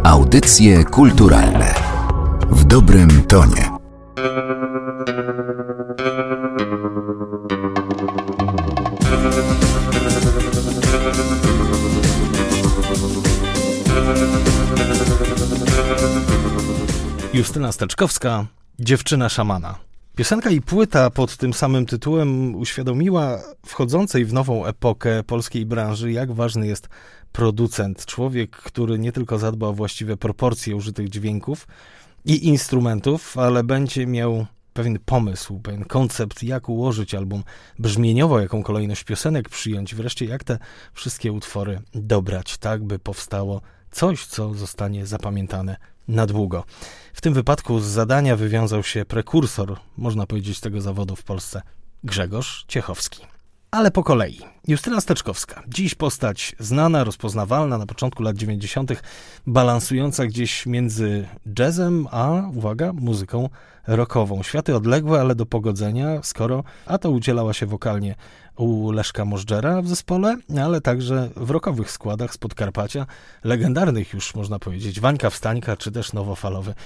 Audycje kulturalne w dobrym tonie. Justyna Steczkowska, Dziewczyna szamana. Piosenka i płyta pod tym samym tytułem uświadomiła wchodzącej w nową epokę polskiej branży, jak ważny jest producent. Człowiek, który nie tylko zadba o właściwe proporcje użytych dźwięków i instrumentów, ale będzie miał pewien pomysł, pewien koncept, jak ułożyć album brzmieniowo, jaką kolejność piosenek przyjąć, wreszcie jak te wszystkie utwory dobrać, tak by powstało coś, co zostanie zapamiętane na długo. W tym wypadku z zadania wywiązał się prekursor, można powiedzieć, tego zawodu w Polsce, Grzegorz Ciechowski. Ale po kolei. Justyna Steczkowska. Dziś postać znana, rozpoznawalna, na początku lat 90., balansująca gdzieś między jazzem, a, uwaga, muzyką rockową. Światy odległe, ale do pogodzenia, skoro a to udzielała się wokalnie u Leszka Możdżera w zespole, ale także w rockowych składach z Podkarpacia, legendarnych już, można powiedzieć, Wańka Wstańka, czy też nowofalowy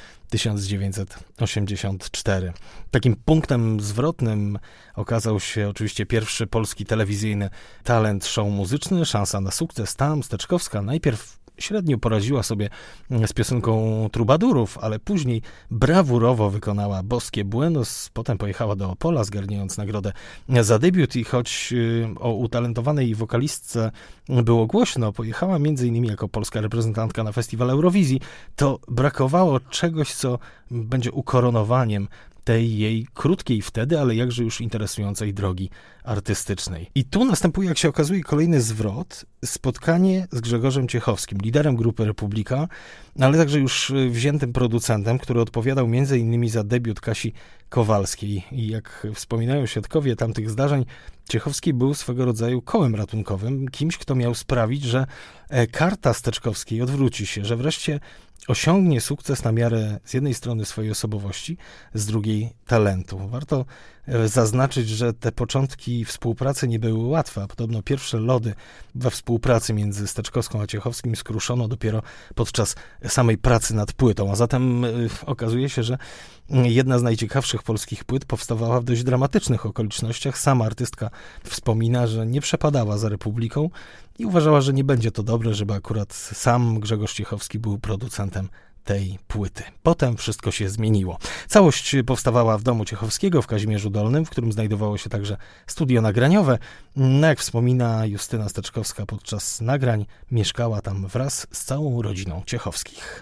1984. Takim punktem zwrotnym okazał się oczywiście pierwszy polski telewizyjny talent show muzyczny, Szansa na sukces. Tam Steczkowska najpierw średnio poradziła sobie z piosenką Trubadurów, ale później brawurowo wykonała Boskie Buenos, potem pojechała do Opola, zgarniając nagrodę za debiut i choć o utalentowanej wokalistce było głośno, pojechała m.in. jako polska reprezentantka na festiwal Eurowizji, to brakowało czegoś, co będzie ukoronowaniem tej jej krótkiej wtedy, ale jakże już interesującej drogi artystycznej. I tu następuje, jak się okazuje, kolejny zwrot, spotkanie z Grzegorzem Ciechowskim, liderem grupy Republika, ale także już wziętym producentem, który odpowiadał m.in. za debiut Kasi Kowalskiej. I jak wspominają świadkowie tamtych zdarzeń, Ciechowski był swego rodzaju kołem ratunkowym, kimś, kto miał sprawić, że karta Steczkowskiej odwróci się, że wreszcie osiągnie sukces na miarę z jednej strony swojej osobowości, z drugiej talentu. Warto zaznaczyć, że te początki współpracy nie były łatwe. Podobno pierwsze lody we współpracy między Steczkowską a Ciechowskim skruszono dopiero podczas samej pracy nad płytą. A zatem okazuje się, że jedna z najciekawszych polskich płyt powstawała w dość dramatycznych okolicznościach. Sama artystka wspomina, że nie przepadała za Republiką i uważała, że nie będzie to dobre, żeby akurat sam Grzegorz Ciechowski był producentem tej płyty. Potem wszystko się zmieniło. Całość powstawała w domu Ciechowskiego w Kazimierzu Dolnym, w którym znajdowało się także studio nagraniowe. No, jak wspomina Justyna Steczkowska, podczas nagrań mieszkała tam wraz z całą rodziną Ciechowskich.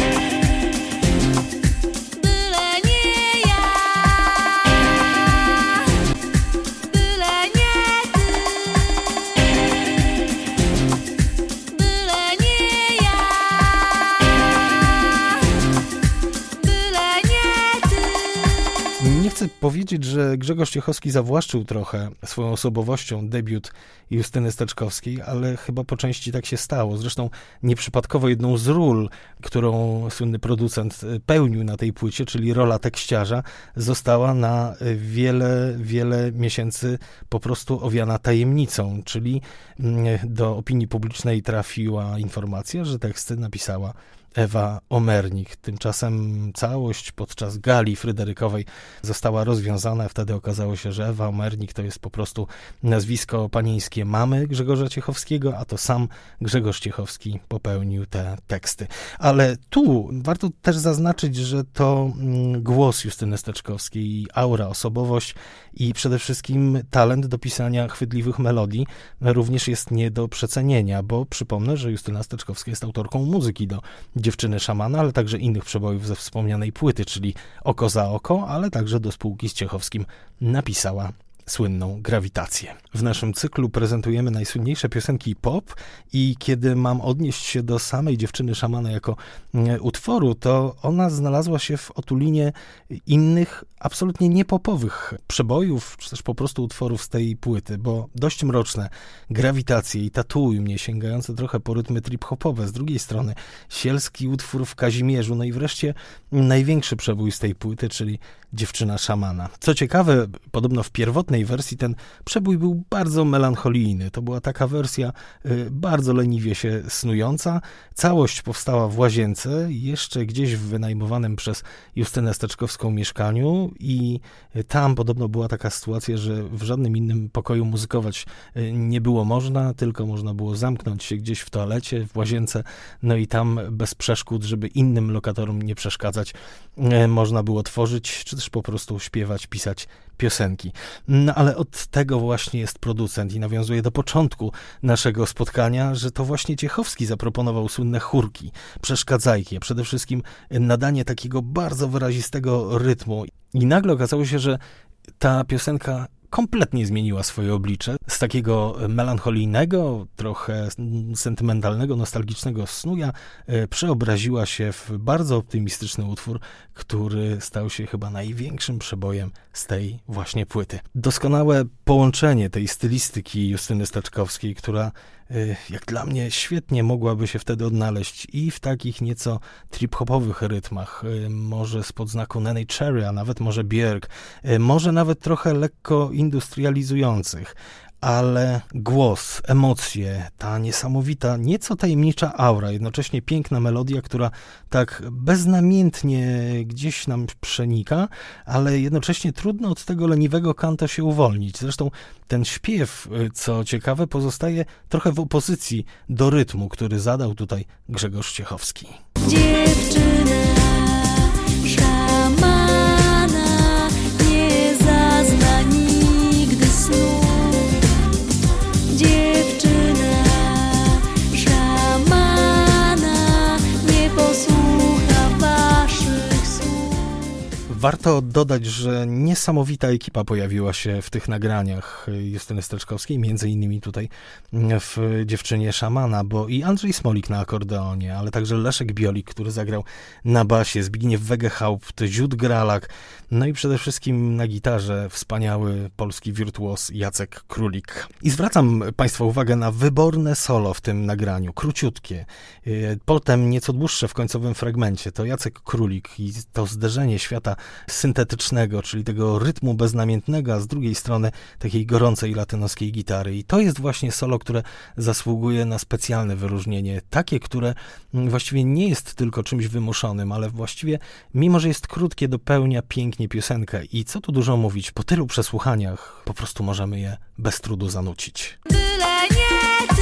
Chcę powiedzieć, że Grzegorz Ciechowski zawłaszczył trochę swoją osobowością debiut Justyny Steczkowskiej, ale chyba po części tak się stało. Zresztą nieprzypadkowo jedną z ról, którą słynny producent pełnił na tej płycie, czyli rola tekściarza, została na wiele miesięcy po prostu owiana tajemnicą, czyli do opinii publicznej trafiła informacja, że teksty napisała Ewa Omernik. Tymczasem całość podczas gali fryderykowej została rozwiązana. Wtedy okazało się, że Ewa Omernik to jest po prostu nazwisko panieńskie mamy Grzegorza Ciechowskiego, a to sam Grzegorz Ciechowski popełnił te teksty. Ale tu warto też zaznaczyć, że to głos Justyny Steczkowskiej, aura, osobowość i przede wszystkim talent do pisania chwytliwych melodii również jest nie do przecenienia, bo przypomnę, że Justyna Steczkowska jest autorką muzyki do Dziewczyny szamana, ale także innych przebojów ze wspomnianej płyty, czyli Oko za oko, ale także do spółki z Ciechowskim napisała słynną Grawitację. W naszym cyklu prezentujemy najsłynniejsze piosenki pop i kiedy mam odnieść się do samej Dziewczyny szamana jako utworu, to ona znalazła się w otulinie innych, absolutnie niepopowych przebojów, czy też po prostu utworów z tej płyty, bo dość mroczne Grawitacje i Tatuuj mnie, sięgające trochę po rytmy trip-hopowe, z drugiej strony sielski utwór w Kazimierzu, no i wreszcie największy przebój z tej płyty, czyli Dziewczyna szamana. Co ciekawe, podobno w pierwotnej wersji ten przebój był bardzo melancholijny. To była taka wersja bardzo leniwie się snująca. Całość powstała w łazience, jeszcze gdzieś w wynajmowanym przez Justynę Steczkowską mieszkaniu i tam podobno była taka sytuacja, że w żadnym innym pokoju muzykować nie było można, tylko można było zamknąć się gdzieś w toalecie, w łazience, no i tam bez przeszkód, żeby innym lokatorom nie przeszkadzać, można było tworzyć, czy też po prostu śpiewać, pisać piosenki. No ale od tego właśnie jest producent i nawiązuje do początku naszego spotkania, że to właśnie Ciechowski zaproponował słynne chórki, przeszkadzajki, a przede wszystkim nadanie takiego bardzo wyrazistego rytmu. I nagle okazało się, że ta piosenka kompletnie zmieniła swoje oblicze. Z takiego melancholijnego, trochę sentymentalnego, nostalgicznego snuja przeobraziła się w bardzo optymistyczny utwór, który stał się chyba największym przebojem z tej właśnie płyty. Doskonałe połączenie tej stylistyki Justyny Steczkowskiej, która jak dla mnie świetnie mogłaby się wtedy odnaleźć i w takich nieco trip-hopowych rytmach, może spod znaku Neneh Cherry, a nawet może Björk, może nawet trochę lekko industrializujących, ale głos, emocje, ta niesamowita, nieco tajemnicza aura, jednocześnie piękna melodia, która tak beznamiętnie gdzieś nam przenika, ale jednocześnie trudno od tego leniwego kanto się uwolnić. Zresztą ten śpiew, co ciekawe, pozostaje trochę w opozycji do rytmu, który zadał tutaj Grzegorz Ciechowski. Dziewczyna szamana nie zazna nigdy snu. Dziewczyna szamana nie posłucha waszych słów. Warto dodać, że niesamowita ekipa pojawiła się w tych nagraniach Justyny Steczkowskiej, między innymi tutaj w Dziewczynie szamana, bo i Andrzej Smolik na akordeonie, ale także Leszek Biolik, który zagrał na basie, Zbigniew Wegehaupt, Ziut Gralak, no i przede wszystkim na gitarze wspaniały polski wirtuos Jacek Królik. I zwracam Państwa uwagę na wyborne solo w tym nagraniu, króciutkie, potem nieco dłuższe w końcowym fragmencie. To Jacek Królik i to zderzenie świata syntetycznego, czyli tego rytmu beznamiętnego, a z drugiej strony takiej gorącej latynoskiej gitary. I to jest właśnie solo, które zasługuje na specjalne wyróżnienie. Takie, które właściwie nie jest tylko czymś wymuszonym, ale właściwie, mimo że jest krótkie, dopełnia pięknie piosenkę. I co tu dużo mówić, po tylu przesłuchaniach po prostu możemy je bez trudu zanucić. Byle nie ty.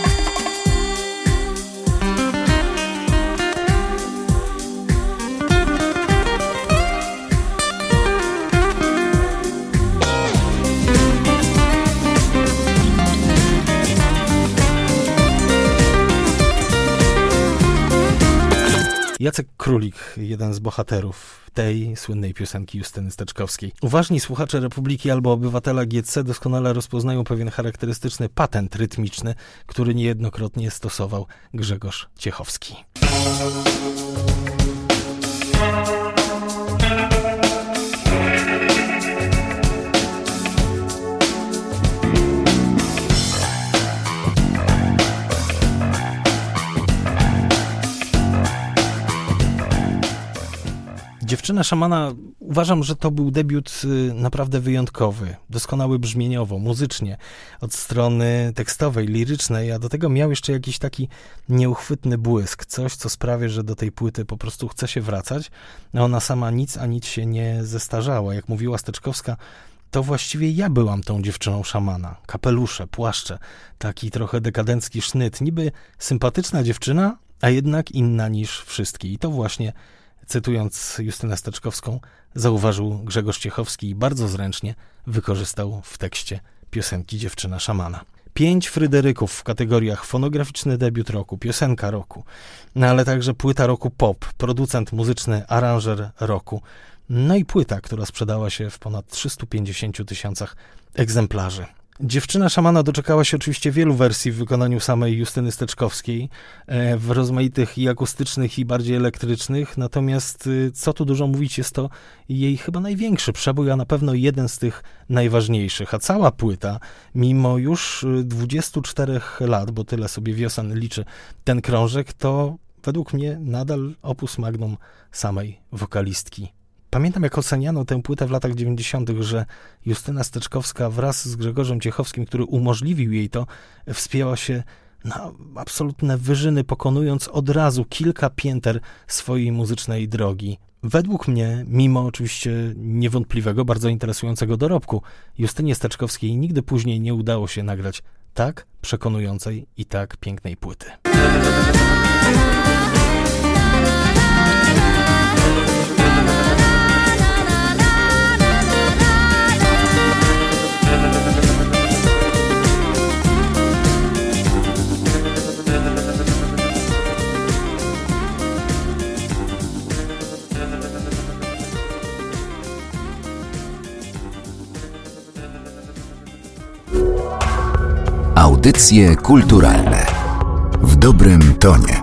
Jacek Królik, jeden z bohaterów tej słynnej piosenki Justyny Steczkowskiej. Uważni słuchacze Republiki albo obywatela GC doskonale rozpoznają pewien charakterystyczny patent rytmiczny, który niejednokrotnie stosował Grzegorz Ciechowski. Dziewczyna szamana, uważam, że to był debiut naprawdę wyjątkowy, doskonały brzmieniowo, muzycznie, od strony tekstowej, lirycznej, a do tego miał jeszcze jakiś taki nieuchwytny błysk, coś, co sprawia, że do tej płyty po prostu chce się wracać. Ona sama nic a nic się nie zestarzała. Jak mówiła Steczkowska, to właściwie ja byłam tą dziewczyną szamana. Kapelusze, płaszcze, taki trochę dekadencki sznyt, niby sympatyczna dziewczyna, a jednak inna niż wszystkie. I to właśnie, cytując Justynę Steczkowską, zauważył Grzegorz Ciechowski i bardzo zręcznie wykorzystał w tekście piosenki Dziewczyna szamana. 5 Fryderyków w kategoriach fonograficzny debiut roku, piosenka roku, no ale także płyta roku pop, producent muzyczny, aranżer roku, no i płyta, która sprzedała się w ponad 350 000 egzemplarzy. Dziewczyna szamana doczekała się oczywiście wielu wersji w wykonaniu samej Justyny Steczkowskiej, w rozmaitych i akustycznych, i bardziej elektrycznych, natomiast co tu dużo mówić, jest to jej chyba największy przebój, a na pewno jeden z tych najważniejszych. A cała płyta, mimo już 24 lat, bo tyle sobie wiosen liczy ten krążek, to według mnie nadal opus magnum samej wokalistki Pamiętam, jak oceniano tę płytę w latach 90., że Justyna Steczkowska wraz z Grzegorzem Ciechowskim, który umożliwił jej to, wspięła się na absolutne wyżyny, pokonując od razu kilka pięter swojej muzycznej drogi. Według mnie, mimo oczywiście niewątpliwego, bardzo interesującego dorobku, Justynie Steczkowskiej nigdy później nie udało się nagrać tak przekonującej i tak pięknej płyty. Audycje kulturalne w dobrym tonie.